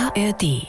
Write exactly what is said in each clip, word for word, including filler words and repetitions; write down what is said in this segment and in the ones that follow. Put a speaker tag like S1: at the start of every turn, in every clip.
S1: A R D.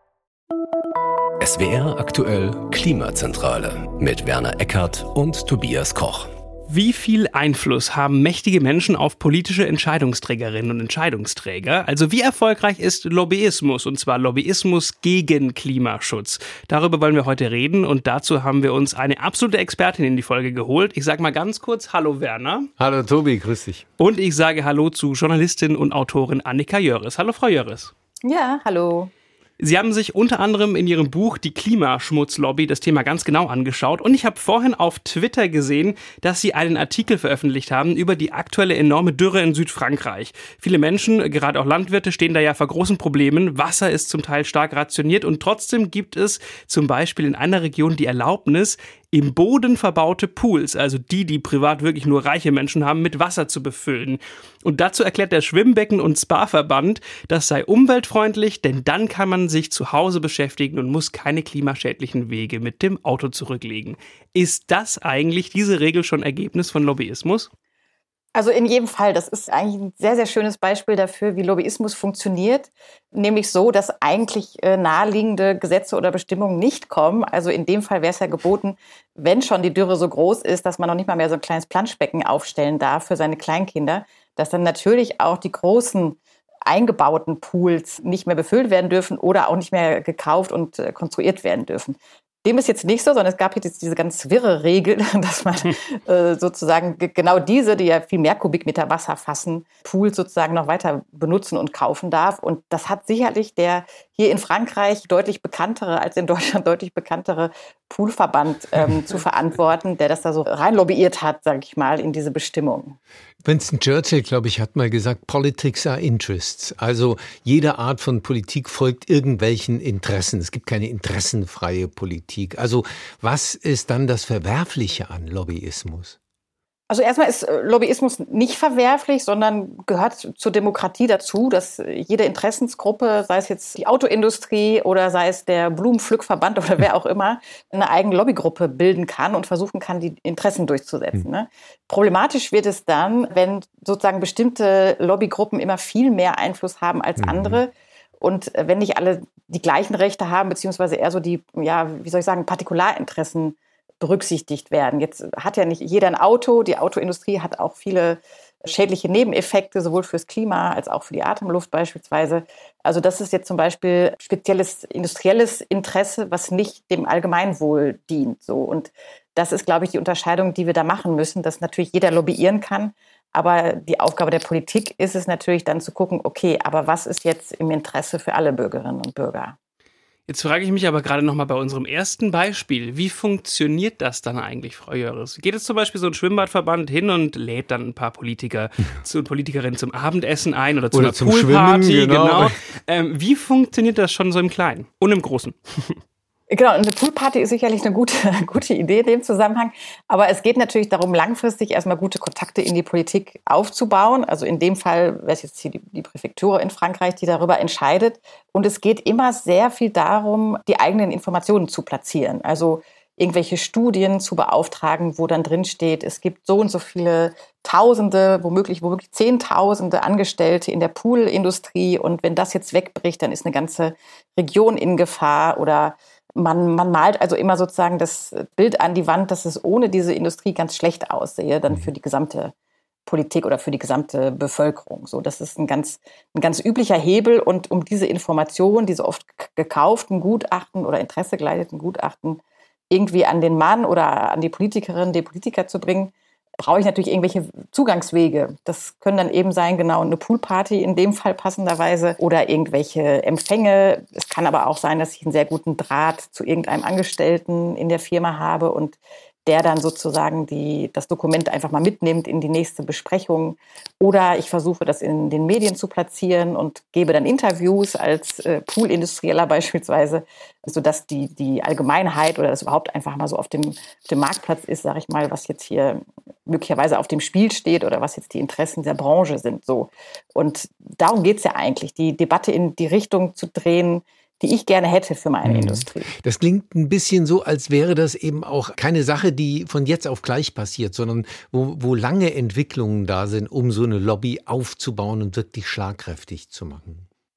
S2: S W R aktuell Klimazentrale mit Werner Eckert und Tobias Koch.
S3: Wie viel Einfluss haben mächtige Menschen auf politische Entscheidungsträgerinnen und Entscheidungsträger? Also wie erfolgreich ist Lobbyismus, und zwar Lobbyismus gegen Klimaschutz? Darüber wollen wir heute reden und dazu haben wir uns eine absolute Expertin in die Folge geholt. Ich sage mal ganz kurz Hallo Werner.
S4: Hallo Tobi, grüß dich.
S3: Und ich sage Hallo zu Journalistin und Autorin Annika Jöris. Hallo Frau Jöris.
S5: Ja, hallo.
S3: Sie haben sich unter anderem in Ihrem Buch Die Klimaschmutzlobby das Thema ganz genau angeschaut und ich habe vorhin auf Twitter gesehen, dass Sie einen Artikel veröffentlicht haben über die aktuelle enorme Dürre in Südfrankreich. Viele Menschen, gerade auch Landwirte, stehen da ja vor großen Problemen. Wasser ist zum Teil stark rationiert und trotzdem gibt es zum Beispiel in einer Region die Erlaubnis, im Boden verbaute Pools, also die, die privat wirklich nur reiche Menschen haben, mit Wasser zu befüllen. Und dazu erklärt der Schwimmbecken- und Spa-Verband, das sei umweltfreundlich, denn dann kann man sich zu Hause beschäftigen und muss keine klimaschädlichen Wege mit dem Auto zurücklegen. Ist das eigentlich, diese Regel, schon Ergebnis von Lobbyismus?
S5: Also in jedem Fall, das ist eigentlich ein sehr, sehr schönes Beispiel dafür, wie Lobbyismus funktioniert. Nämlich so, dass eigentlich äh, naheliegende Gesetze oder Bestimmungen nicht kommen. Also in dem Fall wäre es ja geboten, wenn schon die Dürre so groß ist, dass man noch nicht mal mehr so ein kleines Planschbecken aufstellen darf für seine Kleinkinder, dass dann natürlich auch die großen eingebauten Pools nicht mehr befüllt werden dürfen oder auch nicht mehr gekauft und äh, konstruiert werden dürfen. Dem ist jetzt nicht so, sondern es gab jetzt diese ganz wirre Regel, dass man äh, sozusagen g- genau diese, die ja viel mehr Kubikmeter Wasser fassen, Pools sozusagen noch weiter benutzen und kaufen darf. Und das hat sicherlich der hier in Frankreich deutlich bekanntere als in Deutschland deutlich bekanntere Poolverband ähm, zu verantworten, der das da so rein lobbyiert hat, sage ich mal, in diese Bestimmung.
S4: Winston Churchill, glaube ich, hat mal gesagt, Politics are interests. Also jede Art von Politik folgt irgendwelchen Interessen. Es gibt keine interessenfreie Politik. Also was ist dann das Verwerfliche an Lobbyismus?
S5: Also erstmal ist Lobbyismus nicht verwerflich, sondern gehört zur Demokratie dazu, dass jede Interessensgruppe, sei es jetzt die Autoindustrie oder sei es der Blumenpflückverband oder wer auch immer, eine eigene Lobbygruppe bilden kann und versuchen kann, die Interessen durchzusetzen. Ne? Problematisch wird es dann, wenn sozusagen bestimmte Lobbygruppen immer viel mehr Einfluss haben als mhm. andere. Und wenn nicht alle die gleichen Rechte haben, beziehungsweise eher so die, ja, wie soll ich sagen, Partikularinteressen berücksichtigt werden. Jetzt hat ja nicht jeder ein Auto. Die Autoindustrie hat auch viele schädliche Nebeneffekte, sowohl fürs Klima als auch für die Atemluft beispielsweise. Also das ist jetzt zum Beispiel spezielles industrielles Interesse, was nicht dem Allgemeinwohl dient. So. Und das ist, glaube ich, die Unterscheidung, die wir da machen müssen, dass natürlich jeder lobbyieren kann. Aber die Aufgabe der Politik ist es natürlich dann zu gucken, okay, aber was ist jetzt im Interesse für alle Bürgerinnen und Bürger?
S3: Jetzt frage ich mich aber gerade noch mal bei unserem ersten Beispiel, wie funktioniert das dann eigentlich, Frau Jöris? Geht es zum Beispiel so ein Schwimmbadverband hin und lädt dann ein paar Politiker zu Politikerinnen zum Abendessen ein oder zu
S4: oder
S3: einer
S4: zum
S3: Poolparty?
S4: Schwimmen, genau.
S3: genau. Ähm, wie funktioniert das schon so im Kleinen und im Großen?
S5: Genau, eine Poolparty ist sicherlich eine gute, gute Idee in dem Zusammenhang. Aber es geht natürlich darum, langfristig erstmal gute Kontakte in die Politik aufzubauen. Also in dem Fall wäre es jetzt hier die, die Präfektur in Frankreich, die darüber entscheidet. Und es geht immer sehr viel darum, die eigenen Informationen zu platzieren. Also irgendwelche Studien zu beauftragen, wo dann drin steht, es gibt so und so viele Tausende, womöglich, womöglich Zehntausende Angestellte in der Poolindustrie. Und wenn das jetzt wegbricht, dann ist eine ganze Region in Gefahr. Oder man, man malt also immer sozusagen das Bild an die Wand, dass es ohne diese Industrie ganz schlecht aussehe, dann für die gesamte Politik oder für die gesamte Bevölkerung. So, das ist ein ganz, ein ganz üblicher Hebel. Und um diese Informationen, diese oft gekauften Gutachten oder interessegeleiteten Gutachten irgendwie an den Mann oder an die Politikerin, den Politiker zu bringen, brauche ich natürlich irgendwelche Zugangswege. Das können dann eben sein, genau, eine Poolparty in dem Fall passenderweise oder irgendwelche Empfänge. Es kann aber auch sein, dass ich einen sehr guten Draht zu irgendeinem Angestellten in der Firma habe und der dann sozusagen die, das Dokument einfach mal mitnimmt in die nächste Besprechung. Oder ich versuche, das in den Medien zu platzieren und gebe dann Interviews als äh, Poolindustrieller beispielsweise, sodass die, die Allgemeinheit oder das überhaupt einfach mal so auf dem, auf dem Marktplatz ist, sage ich mal, was jetzt hier möglicherweise auf dem Spiel steht oder was jetzt die Interessen der Branche sind. So. Und darum geht es ja eigentlich, die Debatte in die Richtung zu drehen, die ich gerne hätte für meine mhm. Industrie.
S4: Das klingt ein bisschen so, als wäre das eben auch keine Sache, die von jetzt auf gleich passiert, sondern wo, wo lange Entwicklungen da sind, um so eine Lobby aufzubauen und wirklich schlagkräftig zu machen.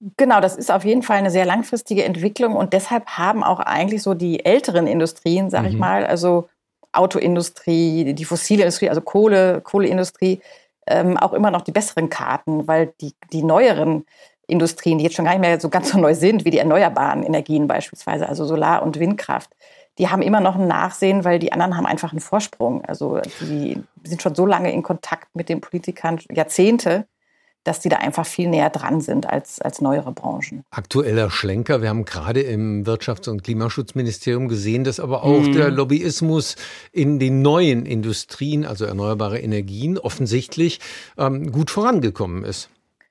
S5: Genau, das ist auf jeden Fall eine sehr langfristige Entwicklung und deshalb haben auch eigentlich so die älteren Industrien, sag mhm. ich mal, also Autoindustrie, die fossile Industrie, also Kohle, Kohleindustrie, ähm, auch immer noch die besseren Karten, weil die, die neueren Industrien, die jetzt schon gar nicht mehr so ganz so neu sind, wie die erneuerbaren Energien beispielsweise, also Solar- und Windkraft, die haben immer noch ein Nachsehen, weil die anderen haben einfach einen Vorsprung. Also die sind schon so lange in Kontakt mit den Politikern, Jahrzehnte, dass die da einfach viel näher dran sind als, als neuere Branchen.
S4: Aktueller Schlenker. Wir haben gerade im Wirtschafts- und Klimaschutzministerium gesehen, dass aber auch mhm. der Lobbyismus in den neuen Industrien, also erneuerbare Energien, offensichtlich ähm, gut vorangekommen ist.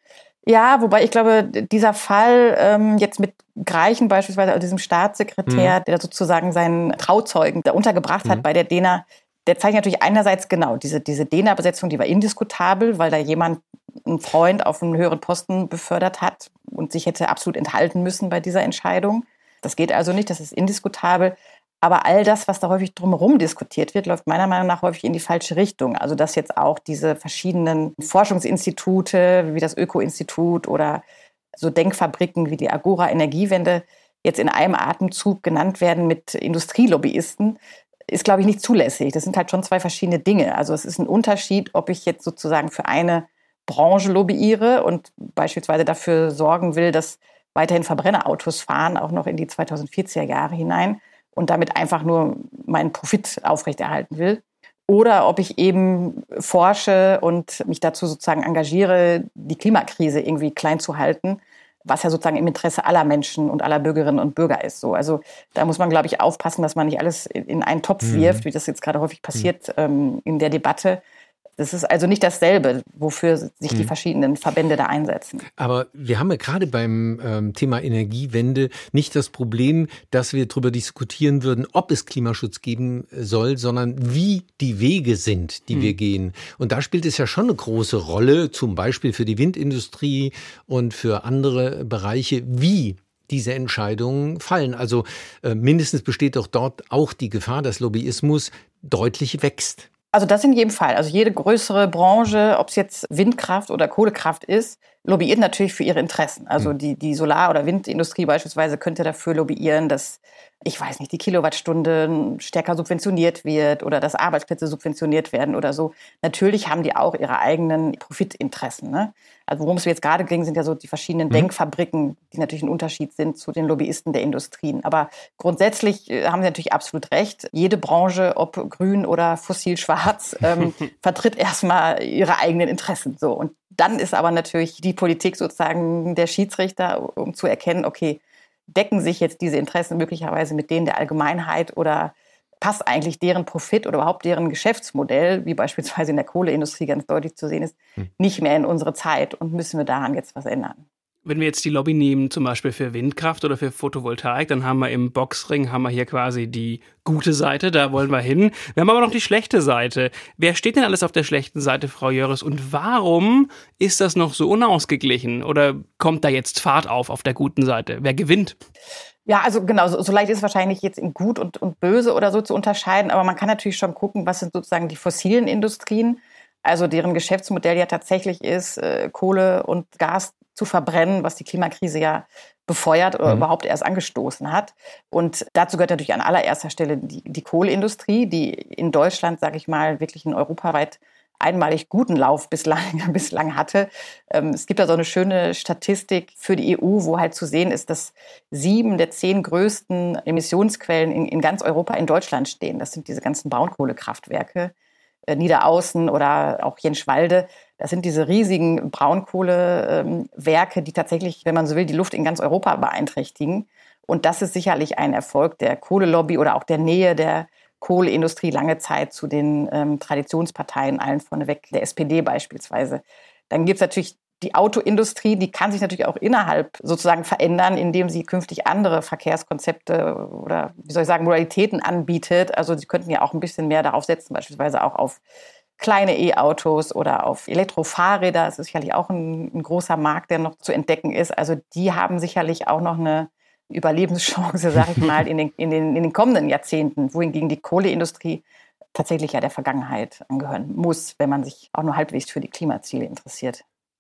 S5: Ja, wobei ich glaube, dieser Fall ähm, jetzt mit Greichen beispielsweise, also diesem Staatssekretär, mhm. der sozusagen seinen Trauzeugen da untergebracht hat mhm. bei der D E N A, der zeigt natürlich einerseits genau, diese, diese D E N A-Besetzung, die war indiskutabel, weil da jemand einen Freund auf einen höheren Posten befördert hat und sich hätte absolut enthalten müssen bei dieser Entscheidung. Das geht also nicht, das ist indiskutabel. Aber all das, was da häufig drumherum diskutiert wird, läuft meiner Meinung nach häufig in die falsche Richtung. Also dass jetzt auch diese verschiedenen Forschungsinstitute wie das Öko-Institut oder so Denkfabriken wie die Agora Energiewende jetzt in einem Atemzug genannt werden mit Industrielobbyisten, ist, glaube ich, nicht zulässig. Das sind halt schon zwei verschiedene Dinge. Also es ist ein Unterschied, ob ich jetzt sozusagen für eine Branche lobbyiere und beispielsweise dafür sorgen will, dass weiterhin Verbrennerautos fahren, auch noch in die zweitausendvierziger Jahre hinein und damit einfach nur meinen Profit aufrechterhalten will. Oder ob ich eben forsche und mich dazu sozusagen engagiere, die Klimakrise irgendwie klein zu halten, was ja sozusagen im Interesse aller Menschen und aller Bürgerinnen und Bürger ist. So, also da muss man, glaube ich, aufpassen, dass man nicht alles in einen Topf mhm. wirft, wie das jetzt gerade häufig passiert ähm, in der Debatte. Das ist also nicht dasselbe, wofür sich die verschiedenen Verbände da einsetzen.
S4: Aber wir haben ja gerade beim ähm, Thema Energiewende nicht das Problem, dass wir darüber diskutieren würden, ob es Klimaschutz geben soll, sondern wie die Wege sind, die mhm. wir gehen. Und da spielt es ja schon eine große Rolle, zum Beispiel für die Windindustrie und für andere Bereiche, wie diese Entscheidungen fallen. Also äh, mindestens besteht doch dort auch die Gefahr, dass Lobbyismus deutlich wächst.
S5: Also das in jedem Fall. Also jede größere Branche, ob es jetzt Windkraft oder Kohlekraft ist, lobbyiert natürlich für ihre Interessen. Also die, die Solar- oder Windindustrie beispielsweise könnte dafür lobbyieren, dass, ich weiß nicht, die Kilowattstunde stärker subventioniert wird oder dass Arbeitsplätze subventioniert werden oder so. Natürlich haben die auch ihre eigenen Profitinteressen, ne? Also worum es jetzt gerade ging, sind ja so die verschiedenen mhm. Denkfabriken, die natürlich ein Unterschied sind zu den Lobbyisten der Industrien. Aber grundsätzlich haben Sie natürlich absolut recht. Jede Branche, ob grün oder fossil-schwarz, ähm, vertritt erstmal ihre eigenen Interessen. So. Und dann ist aber natürlich die Politik sozusagen der Schiedsrichter, um zu erkennen, okay, decken sich jetzt diese Interessen möglicherweise mit denen der Allgemeinheit oder passt eigentlich deren Profit oder überhaupt deren Geschäftsmodell, wie beispielsweise in der Kohleindustrie ganz deutlich zu sehen ist, nicht mehr in unsere Zeit und müssen wir daran jetzt was ändern.
S3: Wenn wir jetzt die Lobby nehmen, zum Beispiel für Windkraft oder für Photovoltaik, dann haben wir im Boxring haben wir hier quasi die gute Seite, da wollen wir hin. Wir haben aber noch die schlechte Seite. Wer steht denn alles auf der schlechten Seite, Frau Jöris? Und warum ist das noch so unausgeglichen? Oder kommt da jetzt Fahrt auf auf der guten Seite? Wer gewinnt?
S5: Ja, also genau, so, so leicht ist es wahrscheinlich jetzt in gut und, und böse oder so zu unterscheiden, aber man kann natürlich schon gucken, was sind sozusagen die fossilen Industrien, also deren Geschäftsmodell ja tatsächlich ist, äh, Kohle und Gas zu verbrennen, was die Klimakrise ja befeuert oder mhm. überhaupt erst angestoßen hat. Und dazu gehört natürlich an allererster Stelle die, die Kohleindustrie, die in Deutschland, sage ich mal, wirklich in europaweit einmalig guten Lauf bislang, bislang hatte. Ähm, es gibt da so eine schöne Statistik für die E U, wo halt zu sehen ist, dass sieben der zehn größten Emissionsquellen in, in ganz Europa in Deutschland stehen. Das sind diese ganzen Braunkohlekraftwerke, äh, Niederaußen oder auch Jenschwalde. Das sind diese riesigen Braunkohlewerke, die tatsächlich, wenn man so will, die Luft in ganz Europa beeinträchtigen. Und das ist sicherlich ein Erfolg der Kohlelobby oder auch der Nähe der Kohleindustrie lange Zeit zu den ähm, Traditionsparteien, allen vorneweg der S P D beispielsweise. Dann gibt es natürlich die Autoindustrie, die kann sich natürlich auch innerhalb sozusagen verändern, indem sie künftig andere Verkehrskonzepte oder, wie soll ich sagen, Modalitäten anbietet. Also sie könnten ja auch ein bisschen mehr darauf setzen, beispielsweise auch auf kleine E-Autos oder auf Elektrofahrräder. Das ist sicherlich auch ein, ein großer Markt, der noch zu entdecken ist. Also die haben sicherlich auch noch eine Überlebenschance, sage ich mal, in den, in, den, in den kommenden Jahrzehnten, wohingegen die Kohleindustrie tatsächlich ja der Vergangenheit angehören muss, wenn man sich auch nur halbwegs für die Klimaziele interessiert.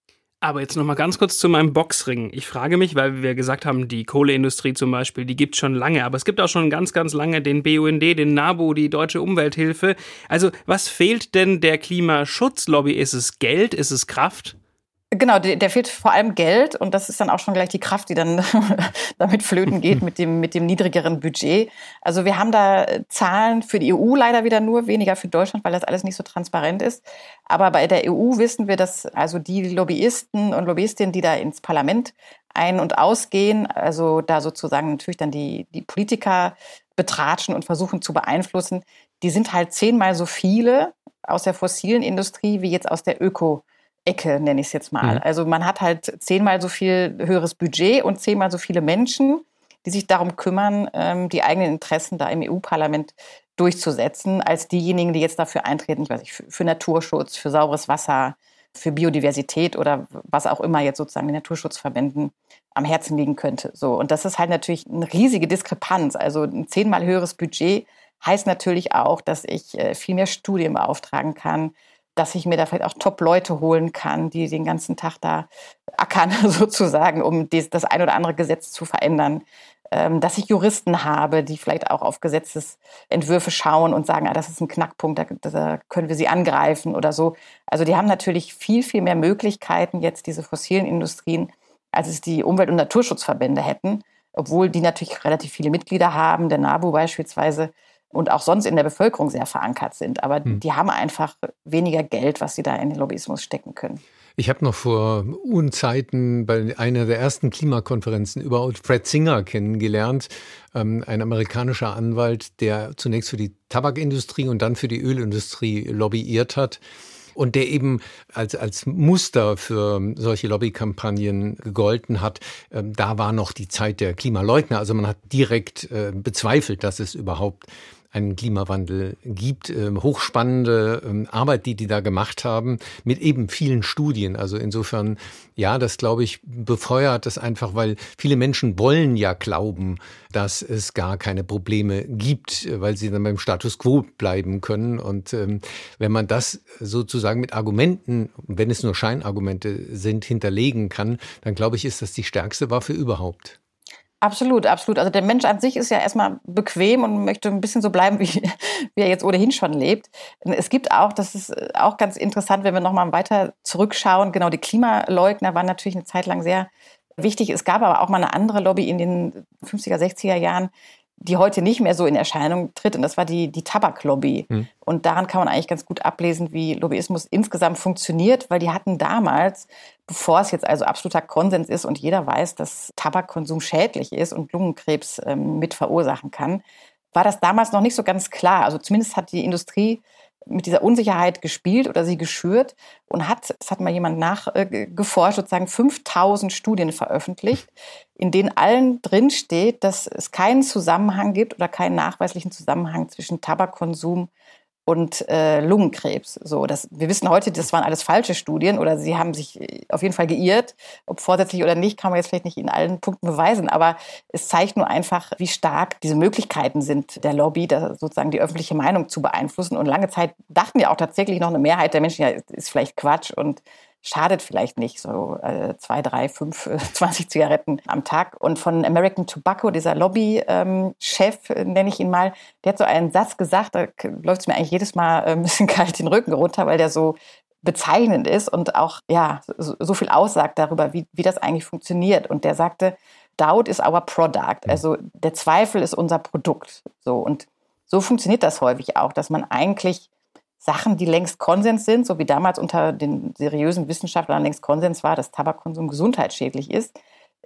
S3: Aber jetzt noch mal ganz kurz zu meinem Boxring. Ich frage mich, weil wir gesagt haben, die Kohleindustrie zum Beispiel, die gibt es schon lange. Aber es gibt auch schon ganz, ganz lange den B U N D, den NABU, die Deutsche Umwelthilfe. Also was fehlt denn der Klimaschutzlobby? Ist es Geld? Ist es Kraft?
S5: Genau, der, der fehlt vor allem Geld und das ist dann auch schon gleich die Kraft, die dann damit flöten geht mit dem, mit dem niedrigeren Budget. Also wir haben da Zahlen für die E U leider wieder nur, weniger für Deutschland, weil das alles nicht so transparent ist. Aber bei der E U wissen wir, dass also die Lobbyisten und Lobbyistinnen, die da ins Parlament ein- und ausgehen, also da sozusagen natürlich dann die, die Politiker betratschen und versuchen zu beeinflussen, die sind halt zehnmal so viele aus der fossilen Industrie wie jetzt aus der Öko- Ecke, nenne ich es jetzt mal. Mhm. Also man hat halt zehnmal so viel höheres Budget und zehnmal so viele Menschen, die sich darum kümmern, ähm, die eigenen Interessen da im E U-Parlament durchzusetzen, als diejenigen, die jetzt dafür eintreten, ich weiß nicht, für, für Naturschutz, für sauberes Wasser, für Biodiversität oder was auch immer jetzt sozusagen den Naturschutzverbänden am Herzen liegen könnte. So, und das ist halt natürlich eine riesige Diskrepanz. Also ein zehnmal höheres Budget heißt natürlich auch, dass ich äh, viel mehr Studien beauftragen kann, dass ich mir da vielleicht auch Top-Leute holen kann, die den ganzen Tag da ackern sozusagen, um das, das ein oder andere Gesetz zu verändern. Ähm, dass ich Juristen habe, die vielleicht auch auf Gesetzesentwürfe schauen und sagen, ah, das ist ein Knackpunkt, da, da können wir sie angreifen oder so. Also die haben natürlich viel, viel mehr Möglichkeiten jetzt, diese fossilen Industrien, als es die Umwelt- und Naturschutzverbände hätten, obwohl die natürlich relativ viele Mitglieder haben, der NABU beispielsweise, und auch sonst in der Bevölkerung sehr verankert sind. Aber hm. die haben einfach weniger Geld, was sie da in den Lobbyismus stecken können.
S4: Ich habe noch vor Unzeiten bei einer der ersten Klimakonferenzen überhaupt Fred Singer kennengelernt, ähm, ein amerikanischer Anwalt, der zunächst für die Tabakindustrie und dann für die Ölindustrie lobbyiert hat. Und der eben als, als Muster für solche Lobbykampagnen gegolten hat. Ähm, da war noch die Zeit der Klimaleugner. Also man hat direkt äh, bezweifelt, dass es überhaupt einen Klimawandel gibt. Ähm, hochspannende ähm, Arbeit, die die da gemacht haben, mit eben vielen Studien. Also insofern, ja, das glaube ich, befeuert das einfach, weil viele Menschen wollen ja glauben, dass es gar keine Probleme gibt, weil sie dann beim Status quo bleiben können. Und ähm, wenn man das sozusagen mit Argumenten, wenn es nur Scheinargumente sind, hinterlegen kann, dann glaube ich, ist das die stärkste Waffe überhaupt.
S5: Absolut, absolut. Also der Mensch an sich ist ja erstmal bequem und möchte ein bisschen so bleiben, wie, wie er jetzt ohnehin schon lebt. Es gibt auch, das ist auch ganz interessant, wenn wir nochmal weiter zurückschauen, genau, die Klimaleugner waren natürlich eine Zeit lang sehr wichtig. Es gab aber auch mal eine andere Lobby in den fünfziger, sechziger Jahren, die heute nicht mehr so in Erscheinung tritt. Und das war die, die Tabaklobby. Hm. Und daran kann man eigentlich ganz gut ablesen, wie Lobbyismus insgesamt funktioniert, weil die hatten damals, bevor es jetzt also absoluter Konsens ist und jeder weiß, dass Tabakkonsum schädlich ist und Lungenkrebs ähm, mit verursachen kann, war das damals noch nicht so ganz klar. Also zumindest hat die Industrie mit dieser Unsicherheit gespielt oder sie geschürt und hat, das hat mal jemand nachgeforscht, sozusagen fünftausend Studien veröffentlicht, in denen allen drin steht, dass es keinen Zusammenhang gibt oder keinen nachweislichen Zusammenhang zwischen Tabakkonsum und äh, Lungenkrebs. So, das, wir wissen heute, das waren alles falsche Studien oder sie haben sich auf jeden Fall geirrt. Ob vorsätzlich oder nicht, kann man jetzt vielleicht nicht in allen Punkten beweisen, aber es zeigt nur einfach, wie stark diese Möglichkeiten sind der Lobby, da sozusagen die öffentliche Meinung zu beeinflussen. Und lange Zeit dachten ja auch tatsächlich noch eine Mehrheit der Menschen, ja, ist vielleicht Quatsch und schadet vielleicht nicht, so äh, zwei, drei, fünf, äh, zwanzig Zigaretten am Tag. Und von American Tobacco, dieser Lobby-Chef, ähm, nenne ich ihn mal, der hat so einen Satz gesagt, da läuft es mir eigentlich jedes Mal äh, ein bisschen kalt den Rücken runter, weil der so bezeichnend ist und auch ja so, so viel aussagt darüber, wie, wie das eigentlich funktioniert. Und der sagte, Doubt is our product, also der Zweifel ist unser Produkt. So, und so funktioniert das häufig auch, dass man eigentlich Sachen, die längst Konsens sind, so wie damals unter den seriösen Wissenschaftlern längst Konsens war, dass Tabakkonsum gesundheitsschädlich ist,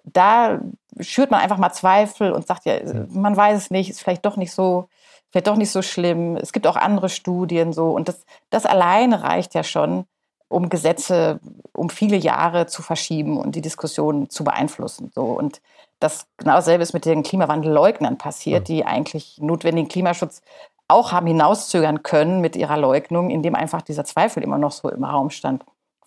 S5: da schürt man einfach mal Zweifel und sagt, ja, man weiß es nicht, ist vielleicht doch nicht so, vielleicht doch nicht so schlimm. Es gibt auch andere Studien so und das, das alleine reicht ja schon, um Gesetze um viele Jahre zu verschieben und die Diskussion zu beeinflussen. So. Und das genau dasselbe ist mit den Klimawandelleugnern passiert, die eigentlich notwendigen Klimaschutz auch haben hinauszögern können mit ihrer Leugnung, indem einfach dieser Zweifel immer noch so im Raum stand.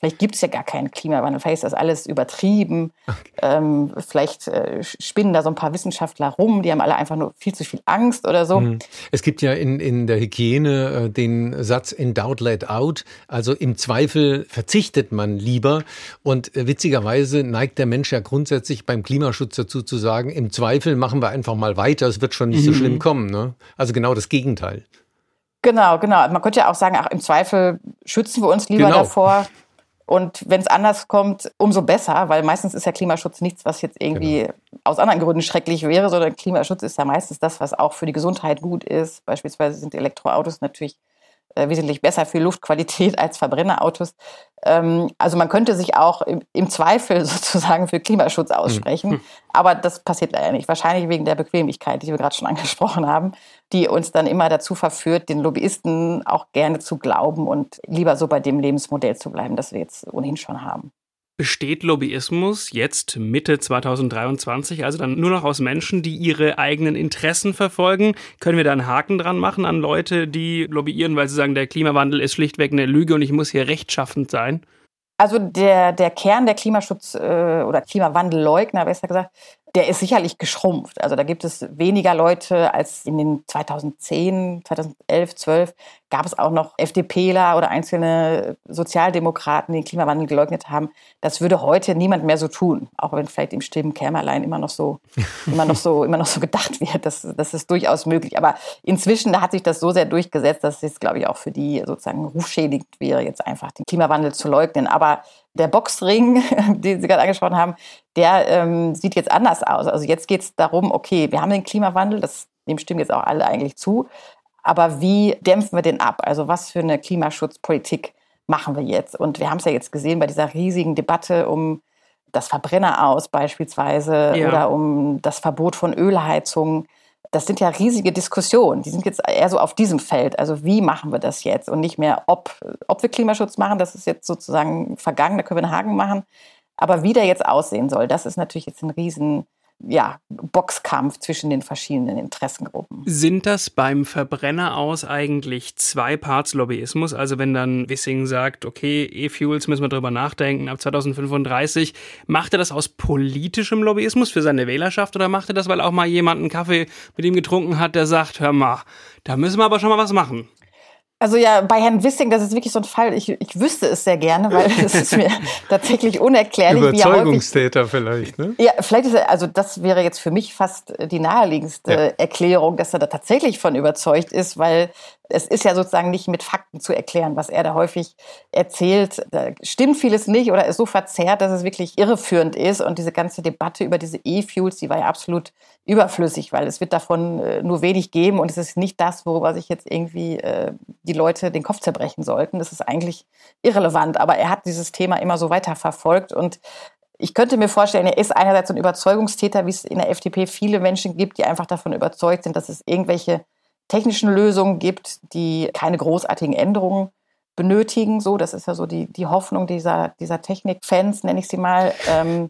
S5: Vielleicht gibt es ja gar keinen Klimawandel, vielleicht ist das alles übertrieben. Okay. Ähm, vielleicht äh, spinnen da so ein paar Wissenschaftler rum, die haben alle einfach nur viel zu viel Angst oder so.
S4: Es gibt ja in, in der Hygiene äh, den Satz in doubt let out, also im Zweifel verzichtet man lieber. Und äh, witzigerweise neigt der Mensch ja grundsätzlich beim Klimaschutz dazu zu sagen, im Zweifel machen wir einfach mal weiter, es wird schon nicht mhm. so schlimm kommen. Ne? Also genau das Gegenteil.
S5: Genau, genau. Man könnte ja auch sagen, ach, im Zweifel schützen wir uns lieber genau. davor. Und wenn es anders kommt, umso besser, weil meistens ist ja Klimaschutz nichts, was jetzt irgendwie genau. aus anderen Gründen schrecklich wäre, sondern Klimaschutz ist ja meistens das, was auch für die Gesundheit gut ist. Beispielsweise sind Elektroautos natürlich äh, wesentlich besser für Luftqualität als Verbrennerautos. Ähm, also man könnte sich auch im, im Zweifel sozusagen für Klimaschutz aussprechen, hm. aber das passiert leider nicht. Wahrscheinlich wegen der Bequemlichkeit, die wir gerade schon angesprochen haben, die uns dann immer dazu verführt, den Lobbyisten auch gerne zu glauben und lieber so bei dem Lebensmodell zu bleiben, das wir jetzt ohnehin schon haben.
S3: Besteht Lobbyismus jetzt Mitte zweitausenddreiundzwanzig also dann nur noch aus Menschen, die ihre eigenen Interessen verfolgen? Können wir da einen Haken dran machen an Leute, die lobbyieren, weil sie sagen, der Klimawandel ist schlichtweg eine Lüge und ich muss hier rechtschaffend sein?
S5: Also der, der Kern der Klimaschutz- äh, oder Klimawandelleugner, besser gesagt, der ist sicherlich geschrumpft. Also da gibt es weniger Leute als in den zweitausendzehn, zweitausendelf, zwölf gab es auch noch FDPler oder einzelne Sozialdemokraten, die den Klimawandel geleugnet haben. Das würde heute niemand mehr so tun, auch wenn vielleicht im stillen Kämmerlein immer noch so, immer noch so, immer noch so gedacht wird. Das, das ist durchaus möglich. Aber inzwischen hat sich das so sehr durchgesetzt, dass es, glaube ich, auch für die sozusagen rufschädigend wäre, jetzt einfach den Klimawandel zu leugnen. Aber der Boxring, den Sie gerade angesprochen haben, der ähm, sieht jetzt anders aus. Also jetzt geht es darum, okay, wir haben den Klimawandel, das, dem stimmen jetzt auch alle eigentlich zu, aber wie dämpfen wir den ab? Also was für eine Klimaschutzpolitik machen wir jetzt? Und wir haben es ja jetzt gesehen bei dieser riesigen Debatte um das Verbrenneraus beispielsweise ja. oder um das Verbot von Ölheizungen. Das sind ja riesige Diskussionen. Die sind jetzt eher so auf diesem Feld. Also wie machen wir das jetzt? Und nicht mehr, ob, ob wir Klimaschutz machen, das ist jetzt sozusagen vergangen, da können wir einen Haken machen. Aber wie der jetzt aussehen soll, das ist natürlich jetzt ein riesen ja, Boxkampf zwischen den verschiedenen Interessengruppen.
S3: Sind das beim Verbrenneraus eigentlich zwei Parts Lobbyismus? Also wenn dann Wissing sagt, okay, E-Fuels müssen wir drüber nachdenken, ab zweitausendfünfunddreißig, macht er das aus politischem Lobbyismus für seine Wählerschaft oder macht er das, weil auch mal jemand einen Kaffee mit ihm getrunken hat, der sagt, hör mal, da müssen wir aber schon mal was machen?
S5: Also ja, bei Herrn Wissing, das ist wirklich so ein Fall, ich, ich wüsste es sehr gerne, weil es ist mir tatsächlich unerklärlich.
S4: Überzeugungstäter vielleicht, ne?
S5: Ja, vielleicht ist er, also das wäre jetzt für mich fast die naheliegendste ja. Erklärung, dass er da tatsächlich von überzeugt ist, weil es ist ja sozusagen nicht mit Fakten zu erklären, was er da häufig erzählt. Da stimmt vieles nicht oder ist so verzerrt, dass es wirklich irreführend ist. Und diese ganze Debatte über diese E-Fuels, die war ja absolut überflüssig, weil es wird davon äh, nur wenig geben und es ist nicht das, worüber sich jetzt irgendwie äh, die Leute den Kopf zerbrechen sollten. Das ist eigentlich irrelevant, aber er hat dieses Thema immer so weiter verfolgt und ich könnte mir vorstellen, er ist einerseits ein Überzeugungstäter, wie es in der F D P viele Menschen gibt, die einfach davon überzeugt sind, dass es irgendwelche technischen Lösungen gibt, die keine großartigen Änderungen benötigen. So, das ist ja so die, die Hoffnung dieser, dieser Technikfans, nenne ich sie mal. Ähm,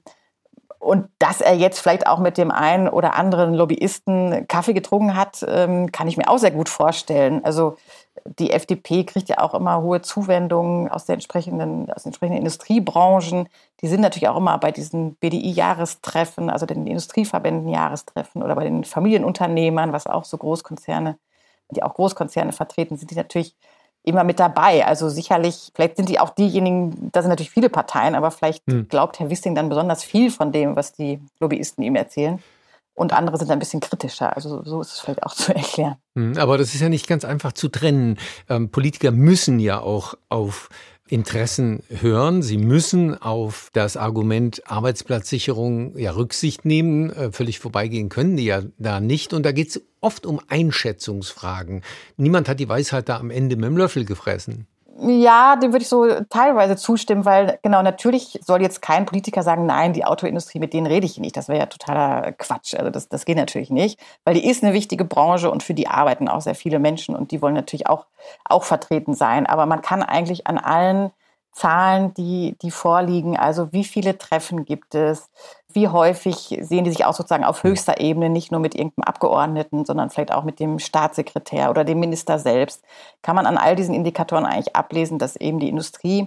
S5: und dass er jetzt vielleicht auch mit dem einen oder anderen Lobbyisten Kaffee getrunken hat, ähm, kann ich mir auch sehr gut vorstellen. Also die F D P kriegt ja auch immer hohe Zuwendungen aus, der entsprechenden, aus den entsprechenden Industriebranchen. Die sind natürlich auch immer bei diesen B D I-Jahrestreffen, also den Industrieverbänden-Jahrestreffen oder bei den Familienunternehmern, was auch so Großkonzerne, die auch Großkonzerne vertreten, sind die natürlich immer mit dabei. Also sicherlich, vielleicht sind die auch diejenigen, da sind natürlich viele Parteien, aber vielleicht hm. glaubt Herr Wissing dann besonders viel von dem, was die Lobbyisten ihm erzählen. Und andere sind ein bisschen kritischer. Also so ist es vielleicht auch zu erklären.
S4: Aber das ist ja nicht ganz einfach zu trennen. Ähm, Politiker müssen ja auch auf Interessen hören. Sie müssen auf das Argument Arbeitsplatzsicherung ja Rücksicht nehmen. Äh, völlig vorbeigehen können die ja da nicht. Und da geht es oft um Einschätzungsfragen. Niemand hat die Weisheit da am Ende mit dem Löffel gefressen.
S5: Ja, dem würde ich so teilweise zustimmen, weil genau, natürlich soll jetzt kein Politiker sagen, nein, die Autoindustrie, mit denen rede ich nicht. Das wäre ja totaler Quatsch. Also das, das geht natürlich nicht, weil die ist eine wichtige Branche und für die arbeiten auch sehr viele Menschen und die wollen natürlich auch, auch vertreten sein. Aber man kann eigentlich an allen Zahlen, die, die vorliegen, also wie viele Treffen gibt es, wie häufig sehen die sich auch sozusagen auf höchster Ebene, nicht nur mit irgendeinem Abgeordneten, sondern vielleicht auch mit dem Staatssekretär oder dem Minister selbst, kann man an all diesen Indikatoren eigentlich ablesen, dass eben die Industrie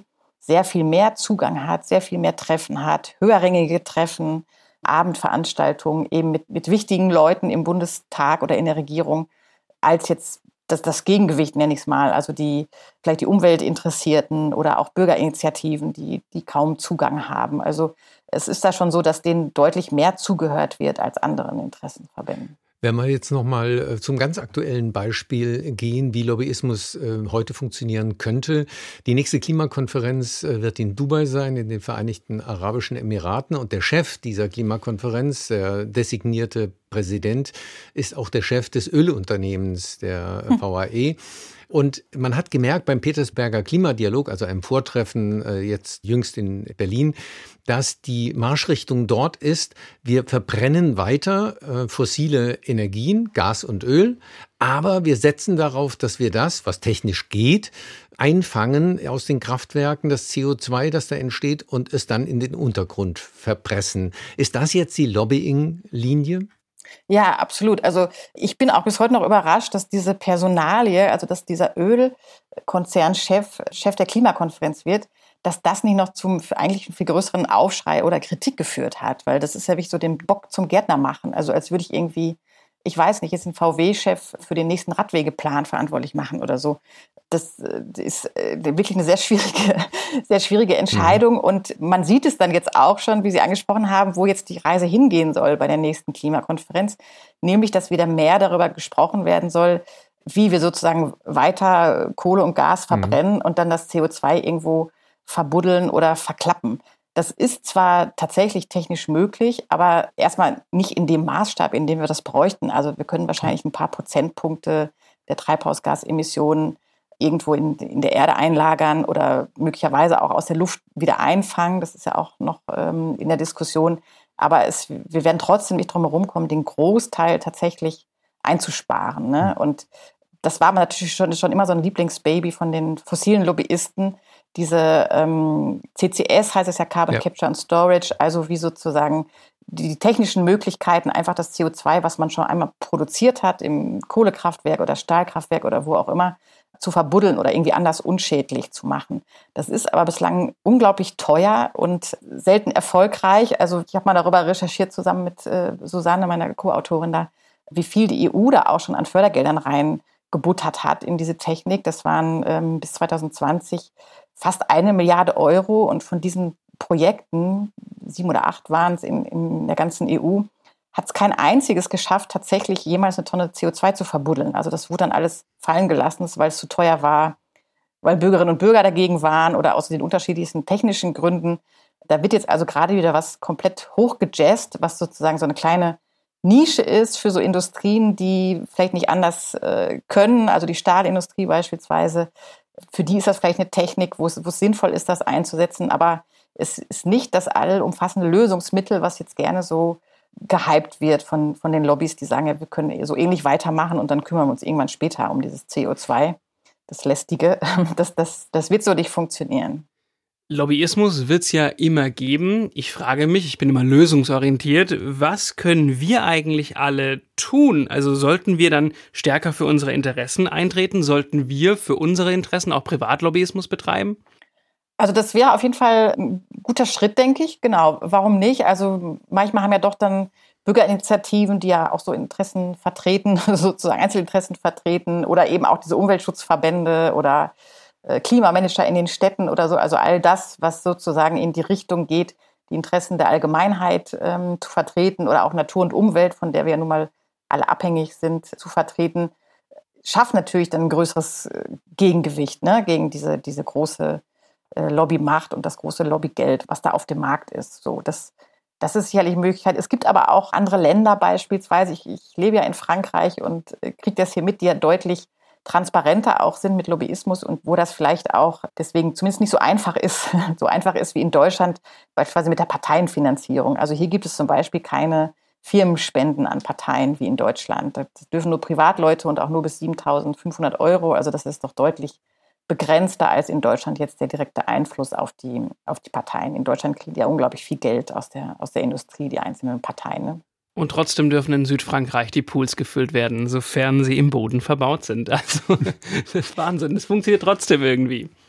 S5: sehr viel mehr Zugang hat, sehr viel mehr Treffen hat, höherrangige Treffen, Abendveranstaltungen eben mit, mit wichtigen Leuten im Bundestag oder in der Regierung, als jetzt das, das Gegengewicht, nenne ich es mal, also die vielleicht die Umweltinteressierten oder auch Bürgerinitiativen, die, die kaum Zugang haben. Also es ist da schon so, dass denen deutlich mehr zugehört wird als anderen Interessenverbänden.
S4: Wenn wir jetzt nochmal zum ganz aktuellen Beispiel gehen, wie Lobbyismus heute funktionieren könnte. Die nächste Klimakonferenz wird in Dubai sein, in den Vereinigten Arabischen Emiraten. Und der Chef dieser Klimakonferenz, der designierte Präsident, ist auch der Chef des Ölunternehmens, der hm. V A E. Und man hat gemerkt beim Petersberger Klimadialog, also einem Vortreffen äh, jetzt jüngst in Berlin, dass die Marschrichtung dort ist, wir verbrennen weiter äh, fossile Energien, Gas und Öl, aber wir setzen darauf, dass wir das, was technisch geht, einfangen aus den Kraftwerken, das C O zwei, das da entsteht, und es dann in den Untergrund verpressen. Ist das jetzt die Lobbying-Linie?
S5: Ja, absolut. Also ich bin auch bis heute noch überrascht, dass diese Personalie, also dass dieser Ölkonzernchef Chef der Klimakonferenz wird, dass das nicht noch zum eigentlich viel größeren Aufschrei oder Kritik geführt hat, weil das ist ja wirklich so den Bock zum Gärtner machen. Also als würde ich irgendwie, ich weiß nicht, jetzt einen V W-Chef für den nächsten Radwegeplan verantwortlich machen oder so. Das ist wirklich eine sehr schwierige, sehr schwierige Entscheidung. Mhm. Und man sieht es dann jetzt auch schon, wie Sie angesprochen haben, wo jetzt die Reise hingehen soll bei der nächsten Klimakonferenz. Nämlich, dass wieder mehr darüber gesprochen werden soll, wie wir sozusagen weiter Kohle und Gas verbrennen mhm. und dann das C O zwei irgendwo verbuddeln oder verklappen. Das ist zwar tatsächlich technisch möglich, aber erstmal nicht in dem Maßstab, in dem wir das bräuchten. Also wir können wahrscheinlich ein paar Prozentpunkte der Treibhausgasemissionen irgendwo in, in der Erde einlagern oder möglicherweise auch aus der Luft wieder einfangen. Das ist ja auch noch ähm, in der Diskussion. Aber es, wir werden trotzdem nicht drum herum kommen, den Großteil tatsächlich einzusparen. Ne? Und das war natürlich schon, schon immer so ein Lieblingsbaby von den fossilen Lobbyisten. Diese ähm, C C S heißt es ja, Carbon ja. Capture and Storage, also wie sozusagen die, die technischen Möglichkeiten, einfach das C O zwei, was man schon einmal produziert hat, im Kohlekraftwerk oder Stahlkraftwerk oder wo auch immer, zu verbuddeln oder irgendwie anders unschädlich zu machen. Das ist aber bislang unglaublich teuer und selten erfolgreich. Also ich habe mal darüber recherchiert, zusammen mit äh, Susanne, meiner Co-Autorin da, wie viel die E U da auch schon an Fördergeldern reingebuttert hat in diese Technik. Das waren ähm, bis zwanzig zwanzig fast eine Milliarde Euro. Und von diesen Projekten, sieben oder acht waren es in, in der ganzen E U, hat es kein einziges geschafft, tatsächlich jemals eine Tonne C O zwei zu verbuddeln. Also das wurde dann alles fallen gelassen, weil es zu teuer war, weil Bürgerinnen und Bürger dagegen waren oder aus den unterschiedlichsten technischen Gründen. Da wird jetzt also gerade wieder was komplett hochgejazzt, was sozusagen so eine kleine Nische ist für so Industrien, die vielleicht nicht anders äh, können. Also die Stahlindustrie beispielsweise. Für die ist das vielleicht eine Technik, wo es, wo es sinnvoll ist, das einzusetzen. Aber es ist nicht das allumfassende Lösungsmittel, was jetzt gerne so gehypt wird von, von den Lobbys, die sagen, ja, wir können so ähnlich weitermachen und dann kümmern wir uns irgendwann später um dieses C O zwei, das Lästige. Das, das, das wird so nicht funktionieren.
S3: Lobbyismus wird es ja immer geben. Ich frage mich, ich bin immer lösungsorientiert, was können wir eigentlich alle tun? Also sollten wir dann stärker für unsere Interessen eintreten? Sollten wir für unsere Interessen auch Privatlobbyismus betreiben?
S5: Also das wäre auf jeden Fall ein guter Schritt, denke ich. Genau, warum nicht? Also manchmal haben ja doch dann Bürgerinitiativen, die ja auch so Interessen vertreten, sozusagen Einzelinteressen vertreten oder eben auch diese Umweltschutzverbände oder äh, Klimamanager in den Städten oder so. Also all das, was sozusagen in die Richtung geht, die Interessen der Allgemeinheit ähm, zu vertreten oder auch Natur und Umwelt, von der wir ja nun mal alle abhängig sind, zu vertreten, schafft natürlich dann ein größeres Gegengewicht, ne, gegen diese, diese große Lobbymacht und das große Lobbygeld, was da auf dem Markt ist. So, das, das ist sicherlich eine Möglichkeit. Es gibt aber auch andere Länder beispielsweise. Ich, ich lebe ja in Frankreich und kriege das hier mit, die ja deutlich transparenter auch sind mit Lobbyismus und wo das vielleicht auch deswegen zumindest nicht so einfach ist, so einfach ist wie in Deutschland, beispielsweise mit der Parteienfinanzierung. Also hier gibt es zum Beispiel keine Firmenspenden an Parteien wie in Deutschland. Das dürfen nur Privatleute und auch nur bis siebentausendfünfhundert Euro. Also das ist doch deutlich begrenzter als in Deutschland jetzt der direkte Einfluss auf die, auf die Parteien. In Deutschland kriegen die ja unglaublich viel Geld aus der, aus der Industrie, die einzelnen Parteien. Ne?
S3: Und trotzdem dürfen in Südfrankreich die Pools gefüllt werden, sofern sie im Boden verbaut sind. Also das ist Wahnsinn, das funktioniert trotzdem irgendwie.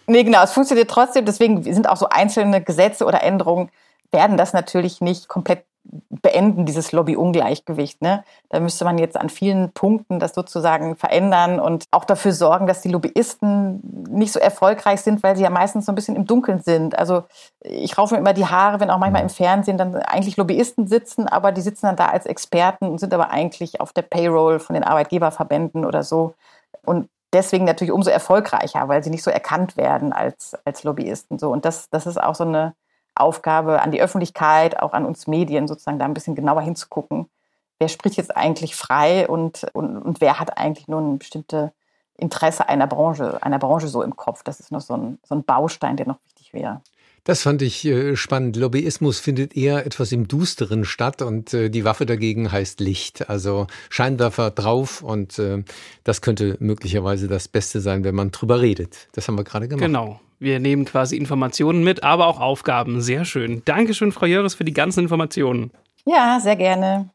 S5: Nee, genau, es funktioniert trotzdem. Deswegen sind auch so einzelne Gesetze oder Änderungen, werden das natürlich nicht komplett beenden, dieses Lobby-Ungleichgewicht. Ne? Da müsste man jetzt an vielen Punkten das sozusagen verändern und auch dafür sorgen, dass die Lobbyisten nicht so erfolgreich sind, weil sie ja meistens so ein bisschen im Dunkeln sind. Also ich raufe mir immer die Haare, wenn auch manchmal im Fernsehen dann eigentlich Lobbyisten sitzen, aber die sitzen dann da als Experten und sind aber eigentlich auf der Payroll von den Arbeitgeberverbänden oder so. Und deswegen natürlich umso erfolgreicher, weil sie nicht so erkannt werden als, als Lobbyisten. So. Und das, das ist auch so eine Aufgabe an die Öffentlichkeit, auch an uns Medien, sozusagen da ein bisschen genauer hinzugucken. Wer spricht jetzt eigentlich frei und, und, und wer hat eigentlich nur ein bestimmtes Interesse einer Branche, einer Branche so im Kopf? Das ist noch so ein, so ein Baustein, der noch wichtig wäre.
S4: Das fand ich äh, spannend. Lobbyismus findet eher etwas im Dusteren statt und äh, die Waffe dagegen heißt Licht. Also Scheinwerfer drauf und äh, das könnte möglicherweise das Beste sein, wenn man drüber redet. Das haben wir gerade gemacht.
S3: Genau. Wir nehmen quasi Informationen mit, aber auch Aufgaben. Sehr schön. Dankeschön, Frau Jöris, für die ganzen Informationen.
S5: Ja, sehr gerne.